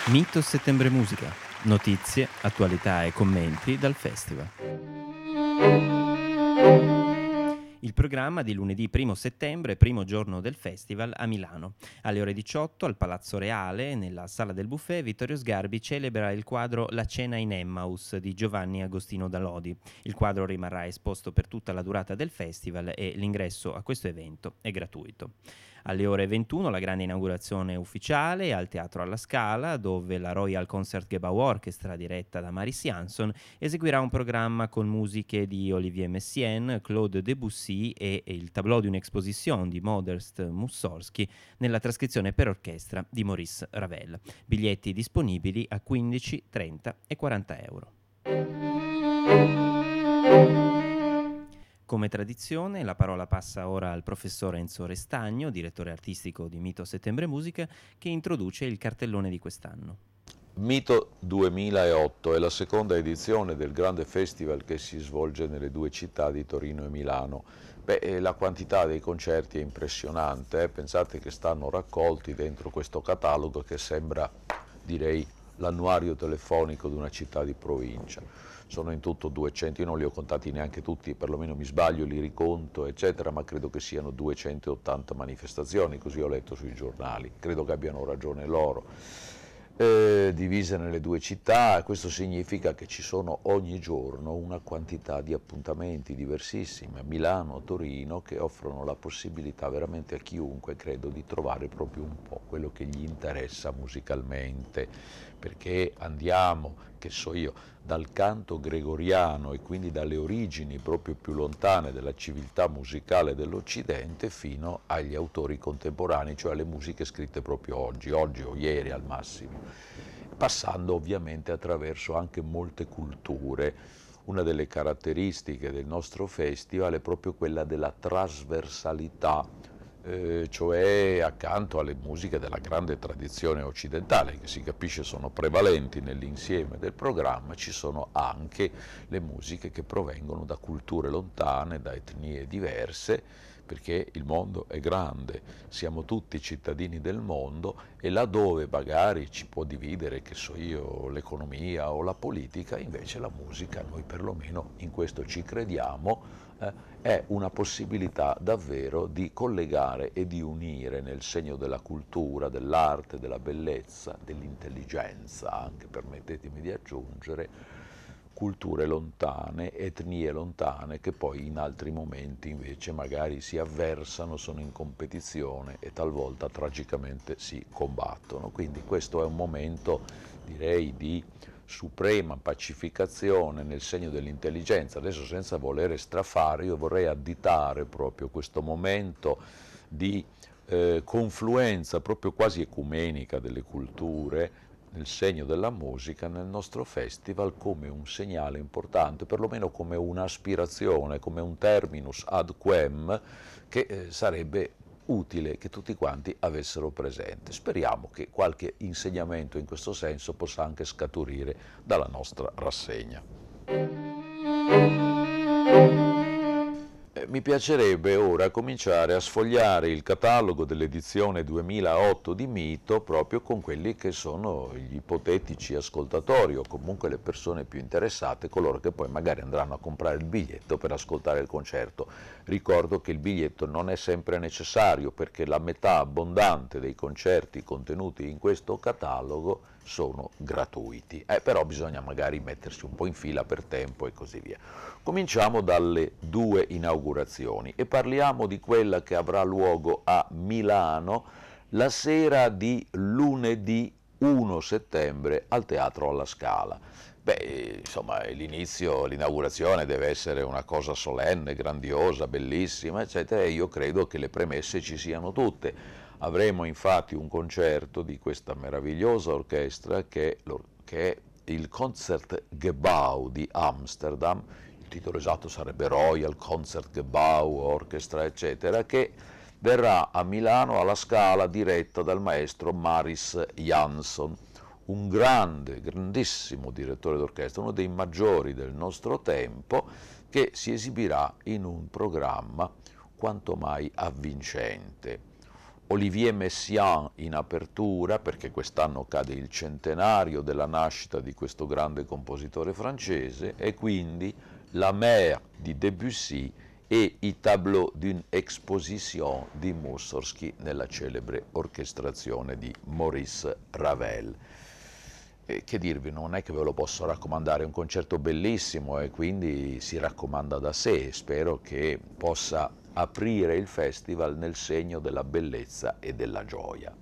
Mito Settembre Musica. Notizie, attualità e commenti dal festival. Il programma di lunedì 1 settembre, primo giorno del festival a Milano. Alle ore 18 al Palazzo Reale, nella sala del buffet, Vittorio Sgarbi celebra il quadro La cena in Emmaus di Giovanni Agostino Dalodi. Il quadro rimarrà esposto per tutta la durata del festival e l'ingresso a questo evento è gratuito. Alle ore 21 la grande inaugurazione ufficiale al Teatro alla Scala, dove la Royal Concertgebouw Orchestra, diretta da Maris Jansson, eseguirà un programma con musiche di Olivier Messiaen, Claude Debussy e il tableau d'une exposition di Modest Mussorgsky nella trascrizione per orchestra di Maurice Ravel. Biglietti disponibili a 15, 30 e 40 euro. Come tradizione, la parola passa ora al professor Enzo Restagno, direttore artistico di Mito Settembre Musica, che introduce il cartellone di quest'anno. Mito 2008 è la seconda edizione del grande festival che si svolge nelle due città di Torino e Milano. La quantità dei concerti è impressionante, pensate che stanno raccolti dentro questo catalogo che sembra, direi, l'annuario telefonico di una città di provincia. Sono in tutto 200, io non li ho contati neanche tutti, perlomeno mi sbaglio, li riconto, eccetera, ma credo che siano 280 manifestazioni, così ho letto sui giornali, credo che abbiano ragione loro. Divise nelle due città, questo significa che ci sono ogni giorno una quantità di appuntamenti diversissimi a Milano, a Torino, che offrono la possibilità veramente a chiunque, credo, di trovare proprio un po' quello che gli interessa musicalmente, perché andiamo, che so io, dal canto gregoriano e quindi dalle origini proprio più lontane della civiltà musicale dell'Occidente fino agli autori contemporanei, cioè alle musiche scritte proprio oggi o ieri al massimo, passando ovviamente attraverso anche molte culture. Una delle caratteristiche del nostro festival è proprio quella della trasversalità, cioè accanto alle musiche della grande tradizione occidentale, che si capisce sono prevalenti nell'insieme del programma, ci sono anche le musiche che provengono da culture lontane, da etnie diverse, perché il mondo è grande, siamo tutti cittadini del mondo e laddove magari ci può dividere, che so io, l'economia o la politica, invece la musica, noi perlomeno in questo ci crediamo, è una possibilità davvero di collegare e di unire nel segno della cultura, dell'arte, della bellezza, dell'intelligenza, anche permettetemi di aggiungere, culture lontane, etnie lontane che poi in altri momenti invece magari si avversano, sono in competizione e talvolta tragicamente si combattono. Quindi questo è un momento, direi, di suprema pacificazione nel segno dell'intelligenza. Adesso senza volere strafare, io vorrei additare proprio questo momento di confluenza proprio quasi ecumenica delle culture nel segno della musica nel nostro festival come un segnale importante, perlomeno come un'aspirazione, come un terminus ad quem che sarebbe utile che tutti quanti avessero presente. Speriamo che qualche insegnamento in questo senso possa anche scaturire dalla nostra rassegna. Mi piacerebbe ora cominciare a sfogliare il catalogo dell'edizione 2008 di Mito proprio con quelli che sono gli ipotetici ascoltatori o comunque le persone più interessate, coloro che poi magari andranno a comprare il biglietto per ascoltare il concerto. Ricordo che il biglietto non è sempre necessario perché la metà abbondante dei concerti contenuti in questo catalogo sono gratuiti, però bisogna magari mettersi un po' in fila per tempo e così via. Cominciamo dalle due inaugurazioni e parliamo di quella che avrà luogo a Milano la sera di lunedì 1 settembre al Teatro alla Scala. Insomma, l'inizio, l'inaugurazione deve essere una cosa solenne, grandiosa, bellissima, eccetera, e io credo che le premesse ci siano tutte. Avremo infatti un concerto di questa meravigliosa orchestra che è il Concertgebouw di Amsterdam, il titolo esatto sarebbe Royal Concertgebouw Orchestra, eccetera, che verrà a Milano alla Scala diretta dal maestro Maris Jansson, un grandissimo direttore d'orchestra, uno dei maggiori del nostro tempo, che si esibirà in un programma quanto mai avvincente. Olivier Messiaen in apertura, perché quest'anno cade il centenario della nascita di questo grande compositore francese, e quindi La Mer di Debussy e i tableaux d'une exposition di Mussorgsky nella celebre orchestrazione di Maurice Ravel. Che dirvi, non è che ve lo posso raccomandare, è un concerto bellissimo e quindi si raccomanda da sé. Spero che possa aprire il festival nel segno della bellezza e della gioia.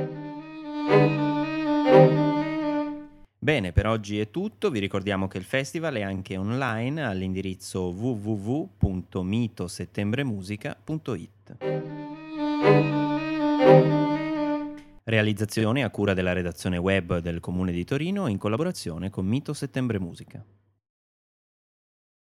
Bene, per oggi è tutto. Vi ricordiamo che il festival è anche online all'indirizzo www.mitosettembremusica.it. Realizzazione a cura della redazione web del Comune di Torino in collaborazione con Mito Settembre Musica.